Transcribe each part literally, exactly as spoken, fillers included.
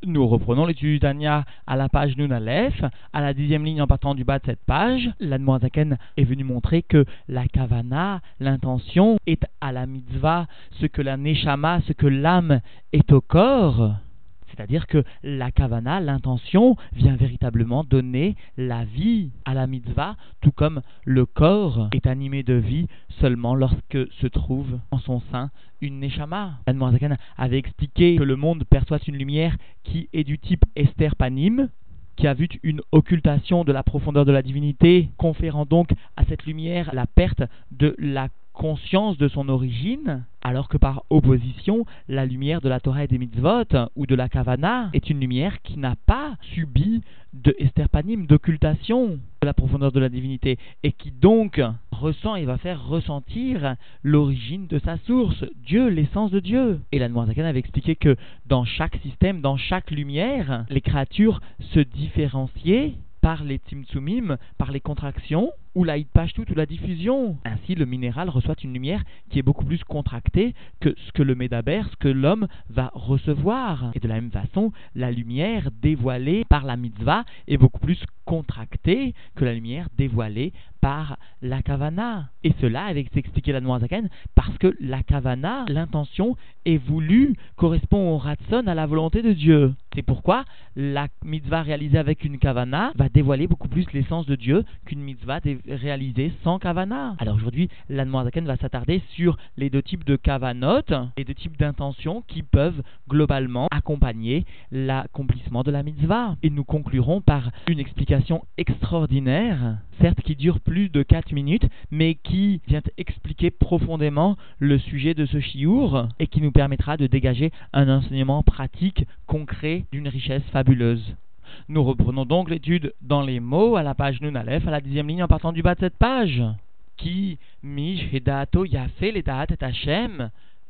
Nous reprenons l'étude du Tanya à la page Nun Aleph, à la dixième ligne en partant du bas de cette page. L'Admor Zaken est venu montrer que la kavana, l'intention, est à la mitzvah ce que la neshama, ce que l'âme est au corps. C'est-à-dire que la kavana, l'intention, vient véritablement donner la vie à la mitzvah, tout comme le corps est animé de vie seulement lorsque se trouve en son sein une neshama. L'Admor Zaken avait expliqué que le monde perçoit une lumière qui est du type Esther Panim, qui a vu une occultation de la profondeur de la divinité, conférant donc à cette lumière la perte de la conscience de son origine, alors que par opposition, la lumière de la Torah et des mitzvot, ou de la Kavana, est une lumière qui n'a pas subi de esterpanim, d'occultation de la profondeur de la divinité, et qui donc ressent et va faire ressentir l'origine de sa source, Dieu, l'essence de Dieu. Et l'Admor Zaken avait expliqué que dans chaque système, dans chaque lumière, les créatures se différenciaient par les tzimtzumim, par les contractions, ou la hitpashtut, ou la diffusion. Ainsi, le minéral reçoit une lumière qui est beaucoup plus contractée que ce que le médaber, ce que l'homme va recevoir. Et de la même façon, la lumière dévoilée par la mitzvah est beaucoup plus contractée que la lumière dévoilée par la kavana. Et cela avec s'expliquer l'Admor Zaken, parce que la kavana, l'intention, est voulue, correspond au ratson, à la volonté de Dieu. C'est pourquoi la mitzvah réalisée avec une kavana va dévoiler beaucoup plus l'essence de Dieu qu'une mitzvah réalisée sans kavana. Alors aujourd'hui, l'Admor Zaken va s'attarder sur les deux types de kavanot, les deux types d'intentions qui peuvent globalement accompagner l'accomplissement de la mitzvah. Et nous conclurons par une explication extraordinaire, certes qui dure plus de quatre minutes, mais qui vient expliquer profondément le sujet de ce shiur et qui nous permettra de dégager un enseignement pratique, concret, d'une richesse fabuleuse. Nous reprenons donc l'étude dans les mots à la page Nun Aleph, à la dixième ligne en partant du bas de cette page. Qui mish hedaato yafé ledaat et Hashem,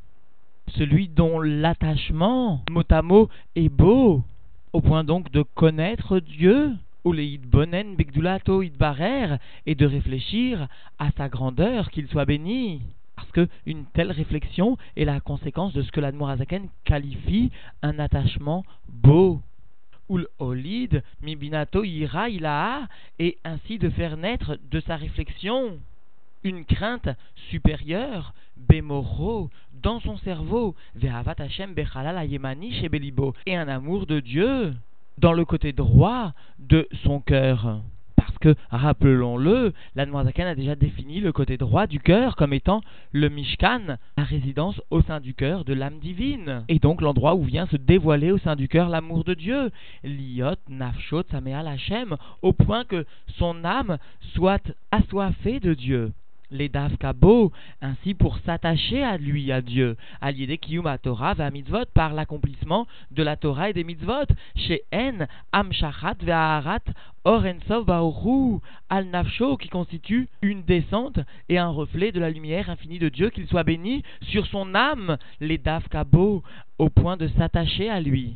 celui dont l'attachement mot à mot est beau, au point donc de connaître Dieu, ou le yitbonen begdulato yitbarer, et de réfléchir à sa grandeur, qu'il soit béni. Parce qu'une telle réflexion est la conséquence de ce que l'Admor Zaken qualifie un attachement beau. Ul olid mi binato ira ilaha, et ainsi de faire naître de sa réflexion une crainte supérieure, bémoro, dans son cerveau, ve'avat Hashem bechalal hayemani shebelibo, et un amour de Dieu dans le côté droit de son cœur. Parce que, rappelons-le, l'Admor Zaken a déjà défini le côté droit du cœur comme étant le Mishkan, la résidence au sein du cœur de l'âme divine. Et donc l'endroit où vient se dévoiler au sein du cœur l'amour de Dieu. Liot nafshot sameal Hashem, au point que son âme soit assoiffée de Dieu. Les davkabo, ainsi pour s'attacher à lui, à Dieu, à l'idée kiyum à Torah va mitzvot, par l'accomplissement de la Torah et des mitzvot, chez En, Amshachat ve'aharat, Or Ensov Baoru, Al Nafsho, qui constitue une descente et un reflet de la lumière infinie de Dieu, qu'il soit béni sur son âme, les davkabo, au point de s'attacher à lui.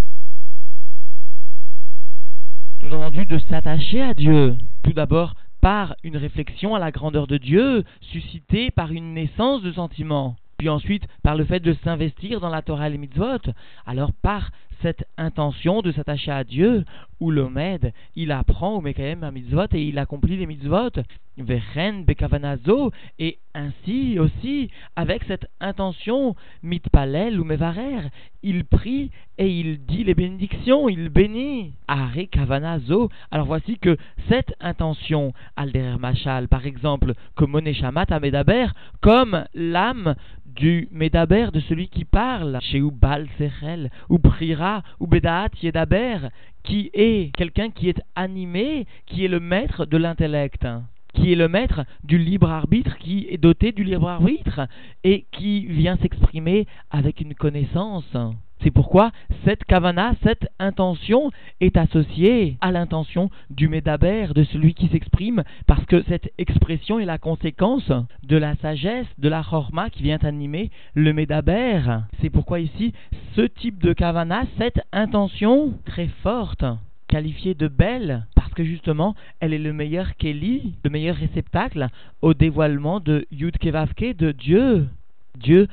Sous-entendu de s'attacher à Dieu. Tout d'abord, par une réflexion à la grandeur de Dieu, suscitée par une naissance de sentiments. Puis ensuite, par le fait de s'investir dans la Torah et les mitzvot. Alors, par cette intention de s'attacher à Dieu, où l'Omed, il apprend au Mekayem à mitzvot et il accomplit les mitzvot, Vechen bekavanazo, et ainsi aussi, avec cette intention, mitpalel ou mevarer, il prie et il dit les bénédictions, il bénit. Are kavanazo. Alors voici que cette intention, alderer machal, par exemple, comme moneshamat à medaber, comme l'âme du médaber, de celui qui parle, chez ou bal sechel, ou priera, ou bedaat yedaber, qui est quelqu'un qui est animé, qui est le maître de l'intellect, qui est le maître du libre arbitre, qui est doté du libre arbitre, et qui vient s'exprimer avec une connaissance. C'est pourquoi cette kavana, cette intention est associée à l'intention du médaber, de celui qui s'exprime, parce que cette expression est la conséquence de la sagesse, de la chorma qui vient animer le médaber. C'est pourquoi ici, ce type de kavana, cette intention très forte, qualifiée de belle, parce que justement, elle est le meilleur keli, le meilleur réceptacle au dévoilement de Yud Kevavke, de Dieu. Dieu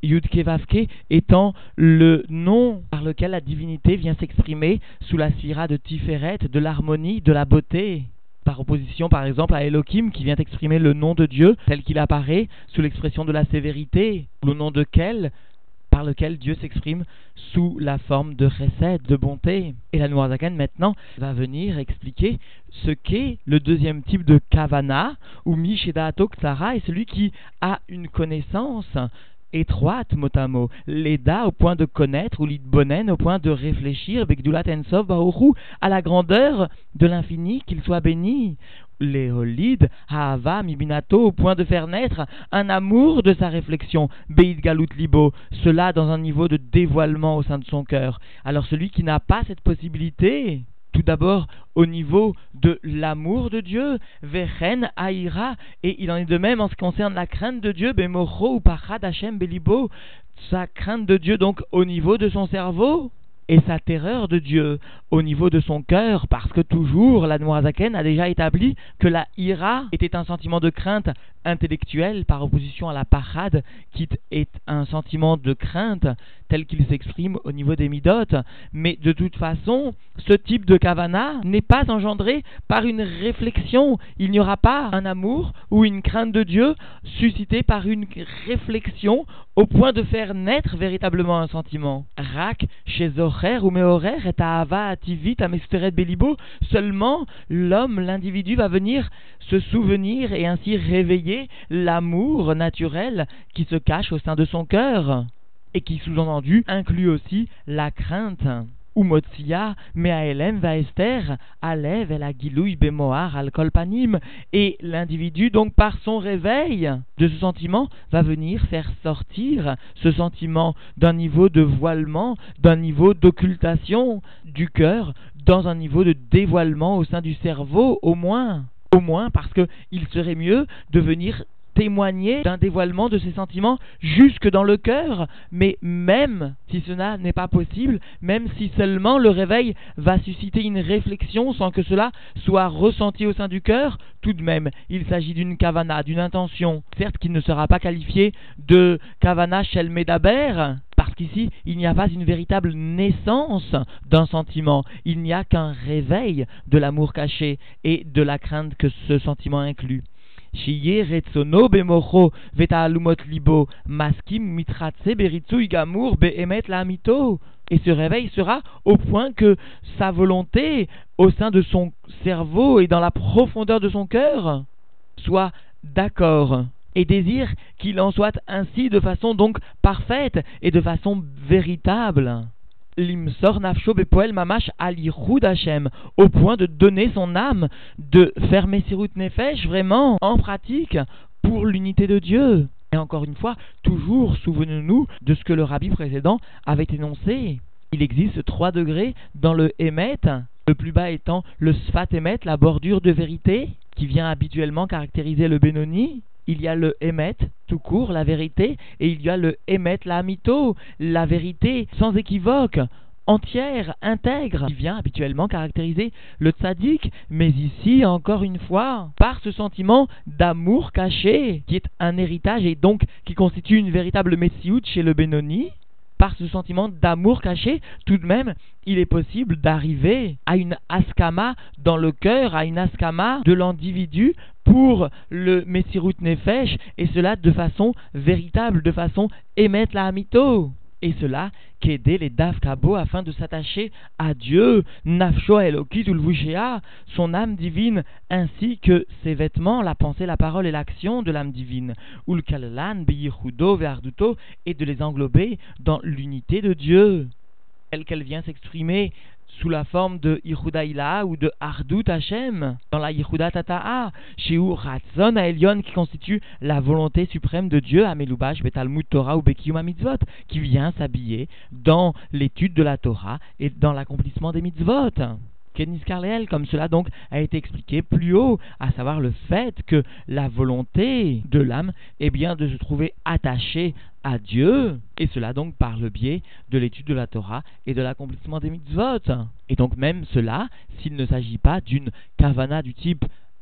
Yudke Vavke étant le nom par lequel la divinité vient s'exprimer sous la sphira de Tiferet, de l'harmonie, de la beauté. Par opposition par exemple à Elohim qui vient exprimer le nom de Dieu tel qu'il apparaît sous l'expression de la sévérité, le nom de quel par lequel Dieu s'exprime sous la forme de chesed, de bonté. Et la Noirzaken maintenant va venir expliquer ce qu'est le deuxième type de kavana, ou Mishedaato Ksara, est celui qui a une connaissance étroite, mot à mot, l'eda au point de connaître, ou l'idbonen au point de réfléchir, Begdulat Ensov Baruchu, à la grandeur de l'infini, qu'il soit béni. Léolide, Ha'ava, Mibinato, au point de faire naître un amour de sa réflexion, Beid Galut Libo, cela dans un niveau de dévoilement au sein de son cœur. Alors celui qui n'a pas cette possibilité, tout d'abord au niveau de l'amour de Dieu, Vechen Aïra, et il en est de même en ce qui concerne la crainte de Dieu, Bemocho ou Pachad Hashem Belibo, sa crainte de Dieu donc au niveau de son cerveau, et sa terreur de Dieu au niveau de son cœur, parce que toujours la Noirzaken a déjà établi que la ira était un sentiment de crainte intellectuelle par opposition à la pachad qui est un sentiment de crainte tel qu'il s'exprime au niveau des midot. Mais de toute façon, ce type de kavana n'est pas engendré par une réflexion. Il n'y aura pas un amour ou une crainte de Dieu suscité par une réflexion au point de faire naître véritablement un sentiment. Rak, chez Zocher ou Mehorer et Ahava Ativit Amesteret Belibo, seulement l'homme, l'individu va venir se souvenir et ainsi réveiller l'amour naturel qui se cache au sein de son cœur et qui sous-entendu inclut aussi la crainte. Umotsia, Meaelem, Vaester, Alev, El Agilouy, Bemoar, Alkolpanim, et l'individu, donc par son réveil de ce sentiment, va venir faire sortir ce sentiment d'un niveau de voilement, d'un niveau d'occultation du cœur, dans un niveau de dévoilement au sein du cerveau, au moins. Au moins parce qu'il serait mieux de venir témoigner d'un dévoilement de ses sentiments jusque dans le cœur, mais même si cela n'est pas possible, même si seulement le réveil va susciter une réflexion sans que cela soit ressenti au sein du cœur, tout de même, il s'agit d'une kavana, d'une intention, certes qui ne sera pas qualifiée de kavana shel medaber, parce qu'ici, il n'y a pas une véritable naissance d'un sentiment, il n'y a qu'un réveil de l'amour caché et de la crainte que ce sentiment inclut. Shiye retsono bemocho veta'alumot libo maskim mitratse beritsuy gamour behemet la'amito. Et ce réveil sera au point que sa volonté au sein de son cerveau et dans la profondeur de son cœur soit d'accord et désire qu'il en soit ainsi de façon donc parfaite et de façon véritable. L'imsor nafsho bepoel mamash alichud Hashem, au point de donner son âme, de faire Messirut Nefesh vraiment en pratique pour l'unité de Dieu. Et encore une fois, toujours souvenons-nous de ce que le rabbi précédent avait énoncé. Il existe trois degrés dans le Emet, le plus bas étant le Sfat Emet, la bordure de vérité, qui vient habituellement caractériser le Benoni. Il y a le Emet, tout court, la vérité, et il y a le Emet, la Amito, la vérité sans équivoque, entière, intègre, qui vient habituellement caractériser le tzaddik, mais ici, encore une fois, par ce sentiment d'amour caché, qui est un héritage et donc qui constitue une véritable Metsiout chez le Benoni. Par ce sentiment d'amour caché, tout de même, il est possible d'arriver à une askama dans le cœur, à une askama de l'individu pour le Messirut Nefesh, et cela de façon véritable, de façon émet la amito. Et cela, qu'aider les Davkabo afin de s'attacher à Dieu, Nafsho Elokit Ulvushea, son âme divine, ainsi que ses vêtements, la pensée, la parole et l'action de l'âme divine, Ulkalalan, Beyichudo, Ve'arduto, et de les englober dans l'unité de Dieu, telle qu'elle vient s'exprimer sous la forme de Yichuda Ilaha ou de Ardut Hashem, dans la Yichuda Tata'a, chez où Ratzon Aelion, qui constitue la volonté suprême de Dieu, Amelubash, Betalmud Torah ou Bekiyum Mitzvot, qui vient s'habiller dans l'étude de la Torah et dans l'accomplissement des mitzvot. Keniskarleel, comme cela donc a été expliqué plus haut, à savoir le fait que la volonté de l'âme est bien de se trouver attachée à Dieu, et cela donc par le biais de l'étude de la Torah et de l'accomplissement des mitzvot. Et donc même cela, s'il ne s'agit pas d'une kavana du type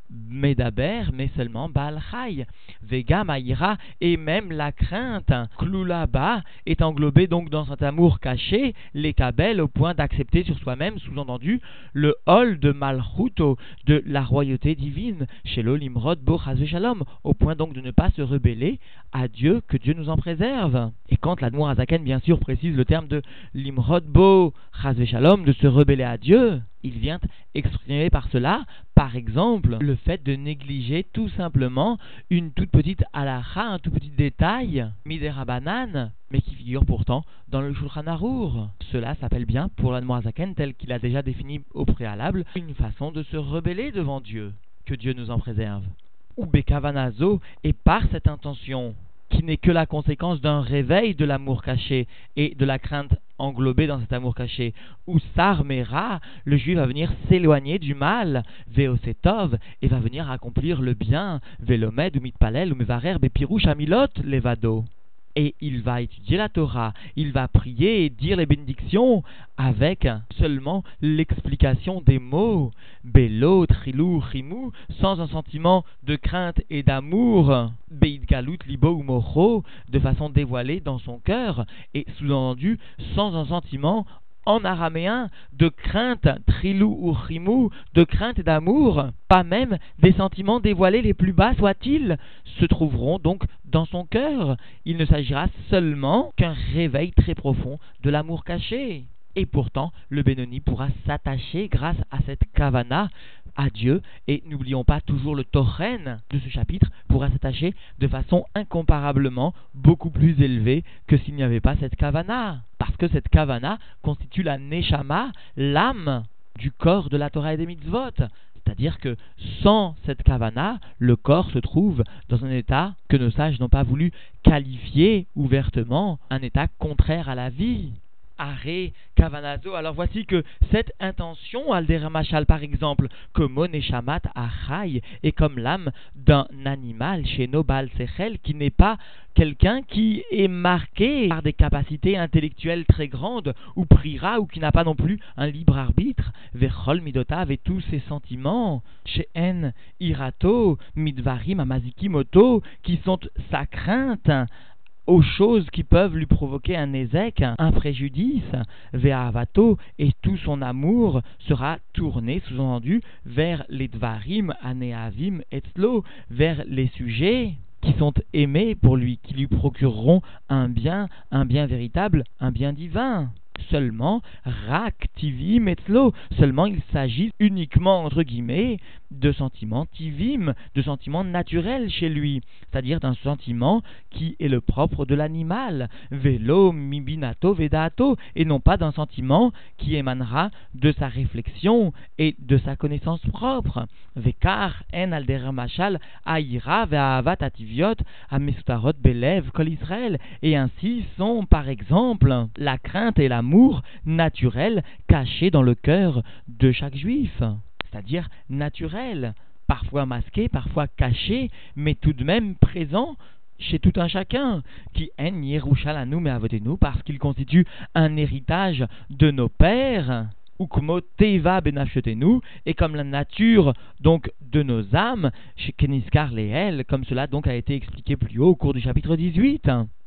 Medaber, mais seulement Baal Chai. Vega Maïra, et même la crainte, Kloulaba, est englobée donc dans cet amour caché, les Kabel, au point d'accepter sur soi-même, sous-entendu, le hol de Malchuto, de la royauté divine, chez l'Olimrod Bo Chazve Shalom, au point donc de ne pas se rebeller à Dieu, que Dieu nous en préserve. Et quand l'Admour Azaken, bien sûr, précise le terme de Limrod Bo Chazve Shalom, de se rebeller à Dieu, il vient exprimer par cela, par exemple, le fait de négliger tout simplement une toute petite halakha, un tout petit détail, miderabanan, mais qui figure pourtant dans le Shulchan Arour. Cela s'appelle bien, pour l'Admour Azaken, tel qu'il a déjà défini au préalable, une façon de se rebeller devant Dieu. Que Dieu nous en préserve. Ou bekavanazo, et par cette intention, qui n'est que la conséquence d'un réveil de l'amour caché et de la crainte englobée dans cet amour caché, ou sarmera, le juif va venir s'éloigner du mal, veosetov, et va venir accomplir le bien, velomed ou mitpalel ou mevarer bepirouch amilot levado. Et il va étudier la Torah, il va prier et dire les bénédictions avec seulement l'explication des mots, Belo, Trilou, Chimou, sans un sentiment de crainte et d'amour, Beid Galut, Libo ou Mocho, de façon dévoilée dans son cœur, et sous-entendu sans un sentiment en araméen de crainte, trilou ou chimou, de crainte et d'amour, pas même des sentiments dévoilés les plus bas soient-ils, se trouveront donc dans son cœur. Il ne s'agira seulement qu'un réveil très profond de l'amour caché. Et pourtant, le Benoni pourra s'attacher grâce à cette kavana à Dieu, et n'oublions pas toujours le tochen de ce chapitre, pourra s'attacher de façon incomparablement beaucoup plus élevée que s'il n'y avait pas cette kavana. Parce que cette kavana constitue la neshama, l'âme du corps de la Torah et des mitzvot. C'est-à-dire que sans cette kavana, le corps se trouve dans un état que nos sages n'ont pas voulu qualifier ouvertement, un état contraire à la vie. Aré, Kavanazo. Alors voici que cette intention, Alderamachal par exemple, que Moneshamat Achai est comme l'âme d'un animal chez Nobal Sechel, qui n'est pas quelqu'un qui est marqué par des capacités intellectuelles très grandes, ou priera, ou qui n'a pas non plus un libre arbitre, Vechol Midotav et tous ses sentiments, chez En, Irato, Midvarim, Amaziki Moto, qui sont sa crainte, aux choses qui peuvent lui provoquer un ézec, un préjudice, ve'avato, et tout son amour sera tourné, sous-entendu, vers les dvarim, aneavim, etzlo, vers les sujets qui sont aimés pour lui, qui lui procureront un bien, un bien véritable, un bien divin. Seulement, rak, tivim, etzlo, seulement il s'agit uniquement, entre guillemets, de sentiments tivim, de sentiments naturels chez lui, c'est-à-dire d'un sentiment qui est le propre de l'animal, velo, mibinato, vedato, et non pas d'un sentiment qui émanera de sa réflexion et de sa connaissance propre. Vekar, en alderamachal, aïra, ve'ahavat ativiot, amesutarot belev, kol Israël, et ainsi sont, par exemple, la crainte et l'amour naturel cachés dans le cœur de chaque juif. C'est-à-dire naturel, parfois masqué, parfois caché, mais tout de même présent chez tout un chacun, qui en Yerushalanu me'avotenu, parce qu'il constitue un héritage de nos pères, ou como teva benafshetenu, et comme la nature donc de nos âmes, chez Keniskar Leel, comme cela donc a été expliqué plus haut au cours du chapitre dix-huit.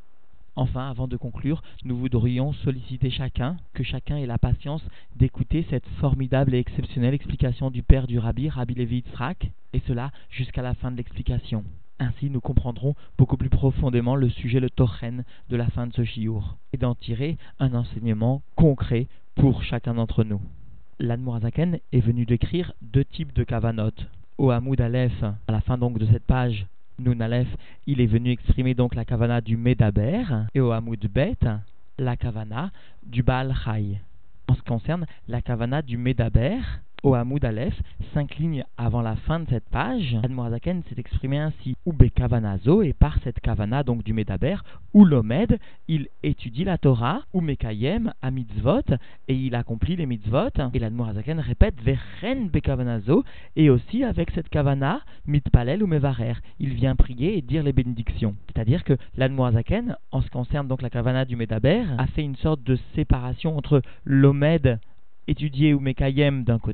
Enfin, avant de conclure, nous voudrions solliciter chacun, que chacun ait la patience d'écouter cette formidable et exceptionnelle explication du père du Rabbi, Rabbi Levi Yitzhak, et cela jusqu'à la fin de l'explication. Ainsi, nous comprendrons beaucoup plus profondément le sujet, le tochen de la fin de ce shiur, et d'en tirer un enseignement concret pour chacun d'entre nous. L'Admour Azaken est venu décrire deux types de kavanot. Au Hamoud Aleph, à la fin donc de cette page, Nun Aleph, il est venu exprimer donc la kavana du Medaber, et au Hamoud Bet, la kavana du Baal Chai. En ce qui concerne la kavana du Medaber, au Hamoud Aleph, cinq lignes avant la fin de cette page, l'Admour Azaken s'est exprimé ainsi: Ube kavanazo, et par cette kavana donc du Medaber, ou l'Omed, il étudie la Torah, ou Mekayem, à mitzvot, et il accomplit les mitzvot, et l'Admour Azaken répète Vechen bekavanazo, et aussi avec cette kavana, mitpalel ou mevarer, il vient prier et dire les bénédictions. C'est-à-dire que l'Admour Azaken, en ce qui concerne donc la kavana du Medaber, a fait une sorte de séparation entre l'Omed étudié ou Mekayem d'un côté,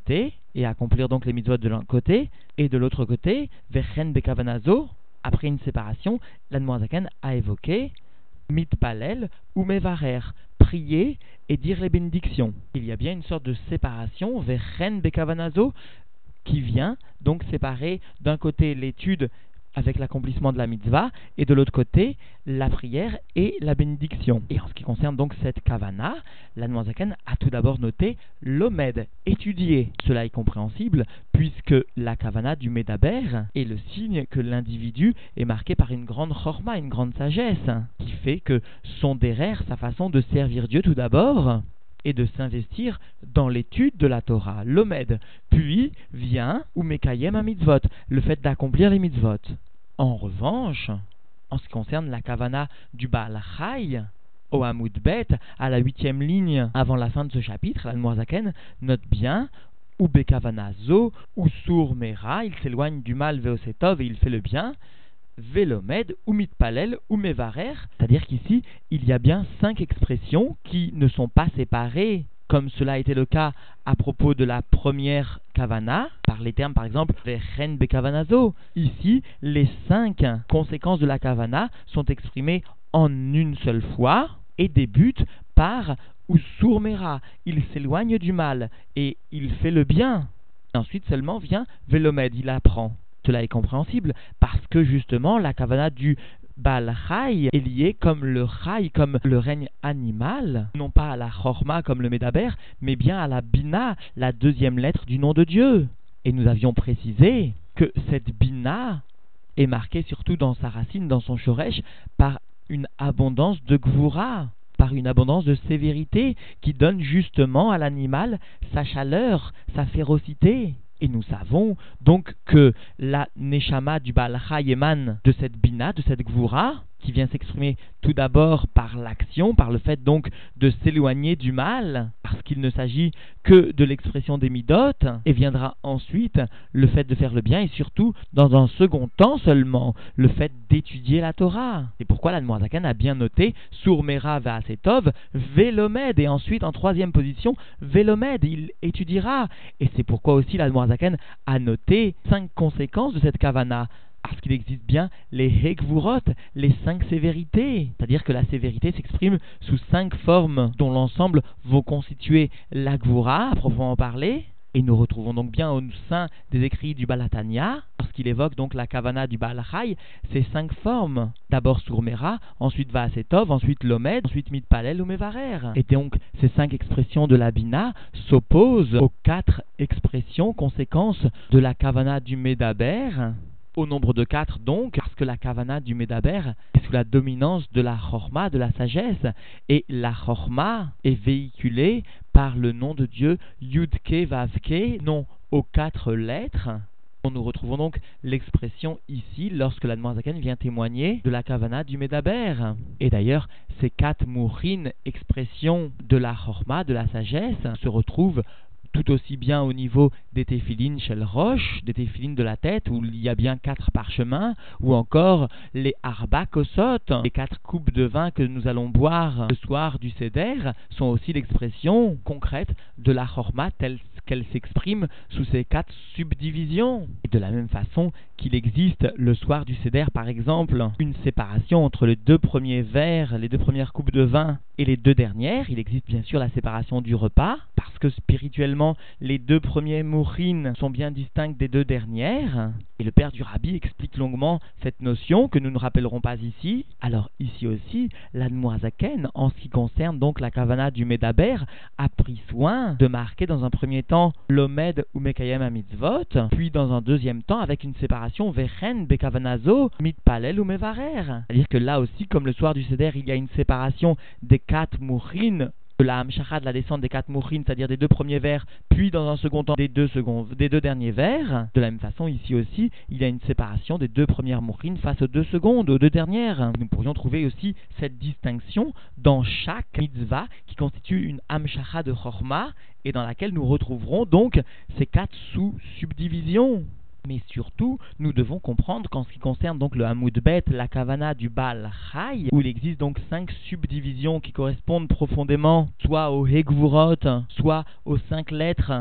et accomplir donc les mitzvot de l'un côté, et de l'autre côté, Vechen Bekavanazo, après une séparation, l'Admorazaken a évoqué Mitpalel ou Mevarer, prier et dire les bénédictions. Il y a bien une sorte de séparation, Vechen Bekavanazo, qui vient donc séparer d'un côté l'étude avec l'accomplissement de la mitzvah, et de l'autre côté, la prière et la bénédiction. Et en ce qui concerne donc cette kavana, l'Admorazaken a tout d'abord noté l'omed, étudier. Cela est compréhensible, puisque la kavana du Medaber est le signe que l'individu est marqué par une grande chorma, une grande sagesse, qui fait que son derer, sa façon de servir Dieu tout d'abord, et de s'investir dans l'étude de la Torah, l'omed. Puis vient ou mekayem a mitzvot, le fait d'accomplir les mitzvot. En revanche, en ce qui concerne la kavana du Baal Chai, au Hamoud Bet, à la huitième ligne avant la fin de ce chapitre, l'Admorazaken note bien ou bekavana zo, ou sur mera, il s'éloigne du mal veosetov et il fait le bien, Velomed, ou mitpalel, ou mevarer, c'est-à-dire qu'ici, il y a bien cinq expressions qui ne sont pas séparées, comme cela a été le cas à propos de la première kavana, par les termes par exemple vechen bekavanazo. Ici, les cinq conséquences de la kavana sont exprimées en une seule fois et débutent par ou surmera, il s'éloigne du mal et il fait le bien. Et ensuite seulement vient velomed, il apprend. Cela est compréhensible parce que justement la kavana du Baal Chai est liée comme le Chai, comme le règne animal, non pas à la Chorma comme le Medaber, mais bien à la Bina, la deuxième lettre du nom de Dieu. Et nous avions précisé que cette Bina est marquée surtout dans sa racine, dans son Shoresh, par une abondance de Gvura, par une abondance de sévérité qui donne justement à l'animal sa chaleur, sa férocité. Et nous savons donc que la Neshama du Baal Chai émane de cette Bina, de cette Gvura, qui vient s'exprimer tout d'abord par l'action, par le fait donc de s'éloigner du mal, parce qu'il ne s'agit que de l'expression des Midot, et viendra ensuite le fait de faire le bien, et surtout, dans un second temps seulement, le fait d'étudier la Torah. C'est pourquoi l'Admorazaken a bien noté Surmera Va'asetov, Velomed, et ensuite en troisième position, Velomed, il étudiera. Et c'est pourquoi aussi l'Admorazaken a noté cinq conséquences de cette kavana. Parce qu'il existe bien les Hekvurot, les cinq sévérités. C'est-à-dire que la sévérité s'exprime sous cinq formes dont l'ensemble vont constituer la Gvura, à proprement parler. Et nous retrouvons donc bien au sein des écrits du Baal Hatanya, lorsqu'il évoque donc la kavana du Baal Chai, ces cinq formes. D'abord Surmera, ensuite Va'asetov, ensuite Lomed, ensuite Mitpalel ou Mevarer. Et donc ces cinq expressions de la Bina s'opposent aux quatre expressions, conséquences de la kavana du Medaber, au nombre de quatre donc, parce que la kavana du Medaber est sous la dominance de la Chorma, de la sagesse, et la Chorma est véhiculée par le nom de Dieu Yudke Vavke, nom aux quatre lettres. Nous retrouvons donc l'expression ici lorsque l'Admorazaken vient témoigner de la kavana du Medaber. Et d'ailleurs, ces quatre mourines, expressions de la Chorma, de la sagesse, se retrouvent tout aussi bien au niveau des téphilines shel roche, des téphilines de la tête, où il y a bien quatre parchemins, ou encore les arba kosot, les quatre coupes de vin que nous allons boire le soir du Seder, sont aussi l'expression concrète de la chorma telle qu'elle s'exprime sous ces quatre subdivisions. Et de la même façon qu'il existe le soir du Seder, par exemple, une séparation entre les deux premiers verres, les deux premières coupes de vin et les deux dernières, il existe bien sûr la séparation du repas, parce que spirituellement, les deux premiers mourines sont bien distinctes des deux dernières. Et le père du Rabbi explique longuement cette notion que nous ne rappellerons pas ici. Alors ici aussi, l'Admorazaken, en ce qui concerne donc la kavana du Medaber, a pris soin de marquer dans un premier temps l'Omed ou Mekayem à mitzvot, puis dans un deuxième temps avec une séparation Vechen Bekavanazo, Mitpalel ou Mevarer. C'est-à-dire que là aussi, comme le soir du Seder, il y a une séparation des quatre mourines, de la Hamshacha, de la descente des quatre mourines, c'est-à-dire des deux premiers vers, puis dans un second temps des deux, seconds, des deux derniers vers. De la même façon, ici aussi, il y a une séparation des deux premières mourines face aux deux secondes, aux deux dernières. Nous pourrions trouver aussi cette distinction dans chaque mitzvah qui constitue une Hamshacha de Chorma et dans laquelle nous retrouverons donc ces quatre sous-subdivisions. Mais surtout, nous devons comprendre qu'en ce qui concerne donc le Hamoud Bet, la kavana du Baal Chai, où il existe donc cinq subdivisions qui correspondent profondément soit au Hekvurot, soit aux cinq lettres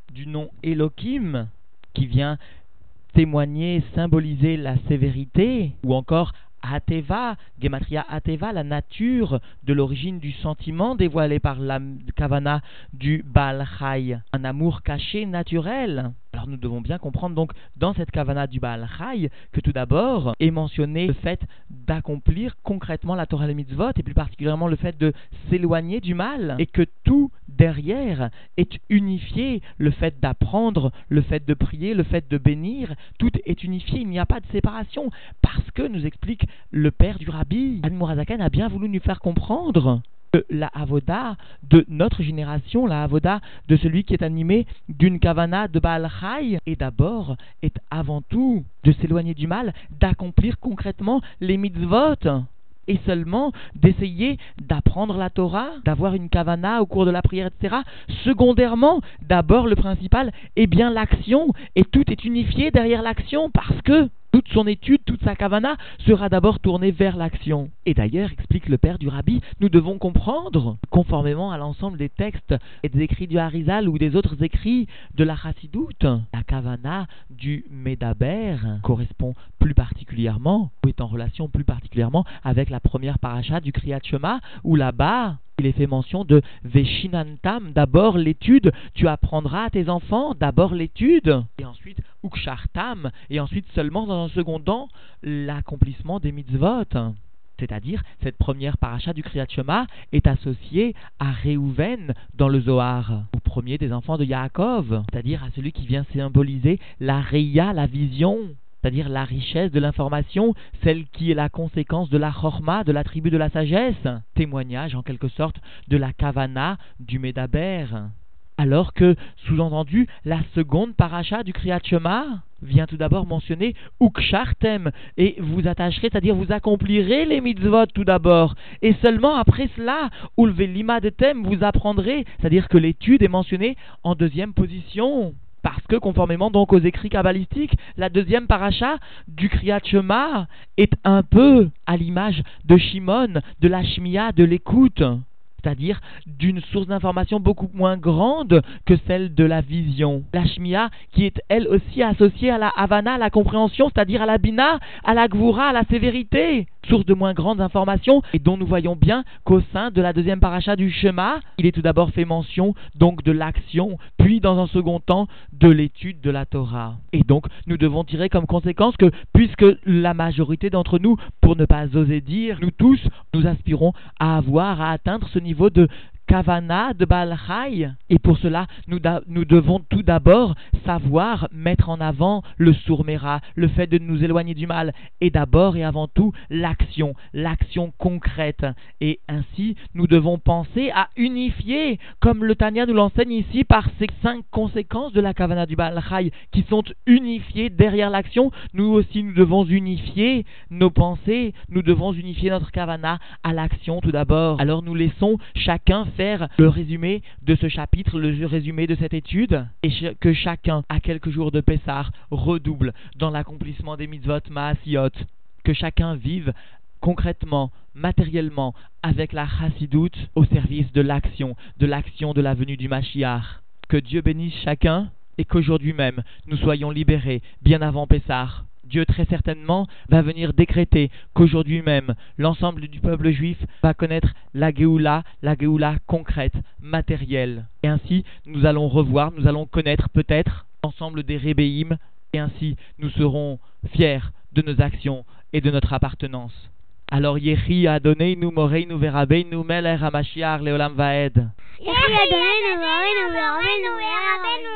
du nom Elohim, qui vient témoigner, symboliser la sévérité, ou encore Ateva, Gematria Ateva, la nature de l'origine du sentiment dévoilé par la Kavana du Baal Chai, un amour caché naturel. Alors nous devons bien comprendre donc dans cette Kavana du Baal Chai que tout d'abord est mentionné le fait d'accomplir concrètement la Torah et les mitzvot, et plus particulièrement le fait de s'éloigner du mal, et que tout derrière est unifié, le fait d'apprendre, le fait de prier, le fait de bénir, tout est unifié, il n'y a pas de séparation, parce que, nous explique le père du Rabbi, Admor HaZaken a bien voulu nous faire comprendre que la avoda de notre génération, la avoda de celui qui est animé d'une kavana de Baal Chai, est d'abord, est avant tout de s'éloigner du mal, d'accomplir concrètement les mitzvot, et seulement d'essayer d'apprendre la Torah, d'avoir une kavana au cours de la prière, et cetera. Secondairement, d'abord le principal est bien l'action, et tout est unifié derrière l'action, parce que toute son étude, toute sa kavana sera d'abord tournée vers l'action. Et d'ailleurs, explique le père du Rabbi, nous devons comprendre, conformément à l'ensemble des textes et des écrits du Harizal ou des autres écrits de la Chassidoute, la kavana du Medaber correspond plus particulièrement, ou est en relation plus particulièrement avec la première paracha du Kriyat Shema, où là-bas, il est fait mention de Veshinantam, d'abord l'étude, tu apprendras à tes enfants, d'abord l'étude, et ensuite Ukshartam, et ensuite seulement dans un second temps, l'accomplissement des mitzvot. C'est-à-dire, cette première paracha du Kriyat Shema est associée à Réhouven dans le Zohar, au premier des enfants de Yaakov, c'est-à-dire à celui qui vient symboliser la Reya, la vision, c'est-à-dire la richesse de l'information, celle qui est la conséquence de la chorma, de la tribu de la sagesse, témoignage en quelque sorte de la kavana du Medaber. Alors que, sous-entendu, la seconde paracha du Kriyat Shema vient tout d'abord mentionner Ukshartem, et vous attacherez, c'est-à-dire vous accomplirez les mitzvot tout d'abord, et seulement après cela, Ulvelimadetem, vous apprendrez, c'est-à-dire que l'étude est mentionnée en deuxième position. Parce que, conformément donc aux écrits kabbalistiques, la deuxième paracha du Kriyat Shema est un peu à l'image de Shimon, de la Shmiya, de l'écoute, c'est-à-dire d'une source d'information beaucoup moins grande que celle de la vision. La Shmiya qui est elle aussi associée à la Havana, à la compréhension, c'est-à-dire à la Bina, à la Gvura, à la sévérité, source de moins grandes informations, et dont nous voyons bien qu'au sein de la deuxième paracha du Shema, il est tout d'abord fait mention donc de l'action, puis dans un second temps de l'étude de la Torah. Et donc nous devons tirer comme conséquence que, puisque la majorité d'entre nous, pour ne pas oser dire, nous tous, nous aspirons à avoir, à atteindre ce niveau de Kavana de Baal Chai, et pour cela nous, da- nous devons tout d'abord savoir mettre en avant le sourmera, le fait de nous éloigner du mal, et d'abord et avant tout l'action, l'action concrète, et ainsi nous devons penser à unifier, comme le Tanya nous l'enseigne ici par ces cinq conséquences de la Kavana du Baal Chai qui sont unifiées derrière l'action. Nous aussi nous devons unifier nos pensées, nous devons unifier notre Kavana à l'action tout d'abord. Alors nous laissons chacun faire le résumé de ce chapitre, le résumé de cette étude, et ch- que chacun, à quelques jours de Pessah, redouble dans l'accomplissement des mitzvot maasiot, que chacun vive concrètement, matériellement, avec la chassidoute au service de l'action, de l'action de la venue du Mashiach. Que Dieu bénisse chacun, et qu'aujourd'hui même, nous soyons libérés, bien avant Pessah. Dieu très certainement va venir décréter qu'aujourd'hui même, l'ensemble du peuple juif va connaître la Géoula, la Géoula concrète, matérielle. Et ainsi, nous allons revoir, nous allons connaître peut-être l'ensemble des Rébéim, et ainsi nous serons fiers de nos actions et de notre appartenance. Alors Yehi Adoneinu Moreinu Verabeinu Melech HaMashiach Leolam Vaed. Yehi Adoneinu Moreinu Verabeinu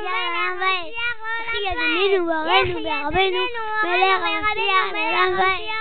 Melech HaMashiach Leolam Vaed.